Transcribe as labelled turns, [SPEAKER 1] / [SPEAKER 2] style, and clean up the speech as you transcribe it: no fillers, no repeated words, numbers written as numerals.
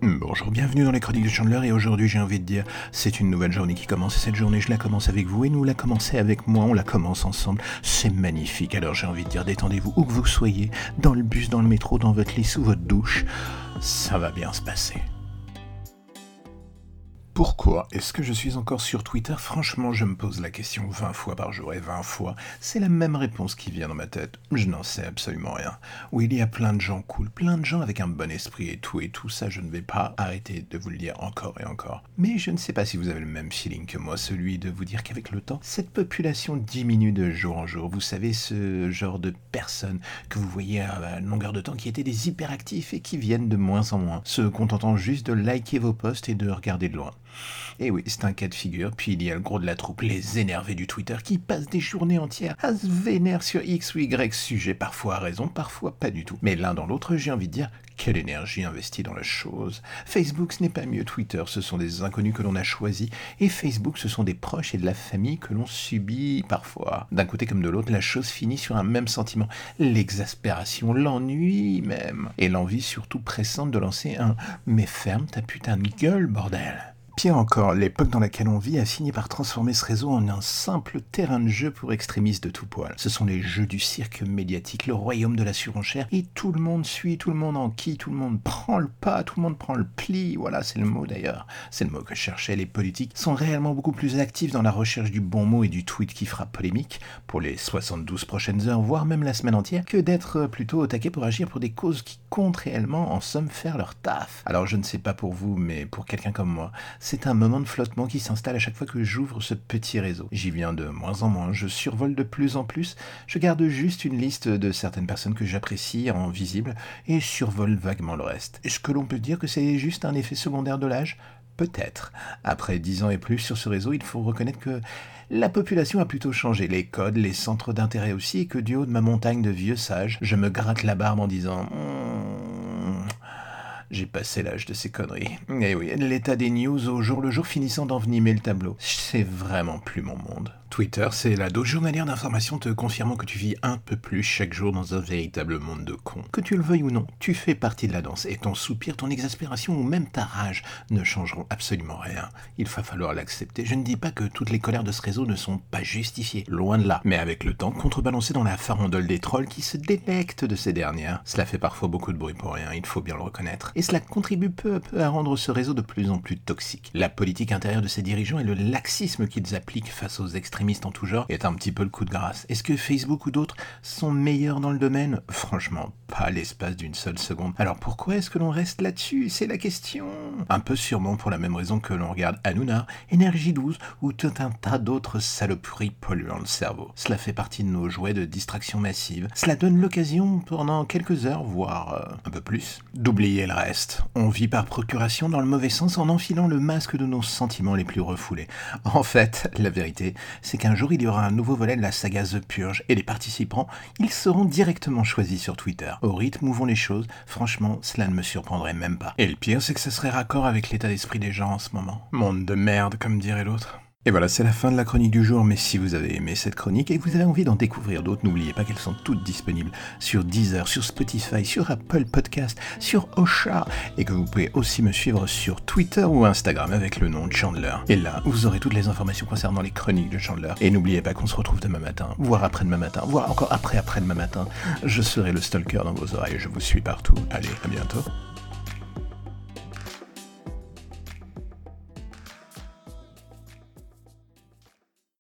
[SPEAKER 1] Bonjour, bienvenue dans les Chroniques de Chandler et aujourd'hui j'ai envie de dire, c'est une nouvelle journée qui commence et cette journée je la commence avec vous et nous la commencer avec moi, on la commence ensemble, c'est magnifique. Alors j'ai envie de dire, détendez-vous où que vous soyez, dans le bus, dans le métro, dans votre lit, sous votre douche, ça va bien se passer. Pourquoi est-ce que je suis encore sur Twitter ? Franchement, je me pose la question 20 fois par jour et 20 fois, c'est la même réponse qui vient dans ma tête. Je n'en sais absolument rien. Oui, il y a plein de gens cool, plein de gens avec un bon esprit et tout ça, je ne vais pas arrêter de vous le dire encore et encore. Mais je ne sais pas si vous avez le même feeling que moi, celui de vous dire qu'avec le temps, cette population diminue de jour en jour. Vous savez, ce genre de personnes que vous voyez à longueur de temps qui étaient des hyperactifs et qui viennent de moins en moins, se contentant juste de liker vos posts et de regarder de loin. Et oui, c'est un cas de figure, puis il y a le gros de la troupe, les énervés du Twitter, qui passent des journées entières à se vénérer sur X ou Y sujet, parfois à raison, parfois pas du tout. Mais l'un dans l'autre, j'ai envie de dire, quelle énergie investie dans la chose. Facebook, ce n'est pas mieux, Twitter, ce sont des inconnus que l'on a choisis, et Facebook, ce sont des proches et de la famille que l'on subit parfois. D'un côté comme de l'autre, la chose finit sur un même sentiment, l'exaspération, l'ennui même, et l'envie surtout pressante de lancer un « mais ferme ta putain de gueule, bordel !» Pire encore, l'époque dans laquelle on vit a fini par transformer ce réseau en un simple terrain de jeu pour extrémistes de tout poil. Ce sont les jeux du cirque médiatique, le royaume de la surenchère, et tout le monde suit, tout le monde enquille, tout le monde prend le pas, tout le monde prend le pli, voilà, c'est le mot d'ailleurs. C'est le mot que je cherchais. Les politiques sont réellement beaucoup plus actifs dans la recherche du bon mot et du tweet qui fera polémique pour les 72 prochaines heures, voire même la semaine entière, que d'être plutôt au taquet pour agir pour des causes qui comptent réellement, en somme faire leur taf. Alors je ne sais pas pour vous, mais pour quelqu'un comme moi, c'est un moment de flottement qui s'installe à chaque fois que j'ouvre ce petit réseau. J'y viens de moins en moins, je survole de plus en plus, je garde juste une liste de certaines personnes que j'apprécie en visible et survole vaguement le reste. Est-ce que l'on peut dire que c'est juste un effet secondaire de l'âge ? Peut-être. Après 10 ans et plus sur ce réseau, il faut reconnaître que la population a plutôt changé, les codes, les centres d'intérêt aussi, et que du haut de ma montagne de vieux sages, je me gratte la barbe en disant j'ai passé l'âge de ces conneries. Et oui, l'état des news au jour le jour finissant d'envenimer le tableau. C'est vraiment plus mon monde. Twitter, c'est la dose journalière d'informations te confirmant que tu vis un peu plus chaque jour dans un véritable monde de cons. Que tu le veuilles ou non, tu fais partie de la danse et ton soupir, ton exaspération ou même ta rage ne changeront absolument rien. Il va falloir l'accepter. Je ne dis pas que toutes les colères de ce réseau ne sont pas justifiées, loin de là. Mais avec le temps, contrebalancé dans la farandole des trolls qui se délectent de ces dernières, cela fait parfois beaucoup de bruit pour rien, il faut bien le reconnaître. Et cela contribue peu à peu à rendre ce réseau de plus en plus toxique. La politique intérieure de ses dirigeants et le laxisme qu'ils appliquent face aux extrémistes en tout genre est un petit peu le coup de grâce. Est-ce que Facebook ou d'autres sont meilleurs dans le domaine ? Franchement, pas l'espace d'une seule seconde. Alors pourquoi est-ce que l'on reste là-dessus ? C'est la question. Un peu sûrement pour la même raison que l'on regarde Hanouna, Énergie 12 ou tout un tas d'autres saloperies polluant le cerveau. Cela fait partie de nos jouets de distraction massive. Cela donne l'occasion pendant quelques heures, voire un peu plus, d'oublier le reste. On vit par procuration dans le mauvais sens en enfilant le masque de nos sentiments les plus refoulés. En fait, la vérité, c'est qu'un jour il y aura un nouveau volet de la saga The Purge et les participants, ils seront directement choisis sur Twitter. Au rythme où vont les choses, franchement, cela ne me surprendrait même pas. Et le pire, c'est que ça serait raccord avec l'état d'esprit des gens en ce moment. Monde de merde, comme dirait l'autre. Et voilà, c'est la fin de la chronique du jour, mais si vous avez aimé cette chronique et que vous avez envie d'en découvrir d'autres, n'oubliez pas qu'elles sont toutes disponibles sur Deezer, sur Spotify, sur Apple Podcast, sur Ocha, et que vous pouvez aussi me suivre sur Twitter ou Instagram avec le nom de Chandler. Et là, vous aurez toutes les informations concernant les chroniques de Chandler. Et n'oubliez pas qu'on se retrouve demain matin, voire après-demain matin, voire encore après-demain matin. Je serai le stalker dans vos oreilles, je vous suis partout. Allez, à bientôt.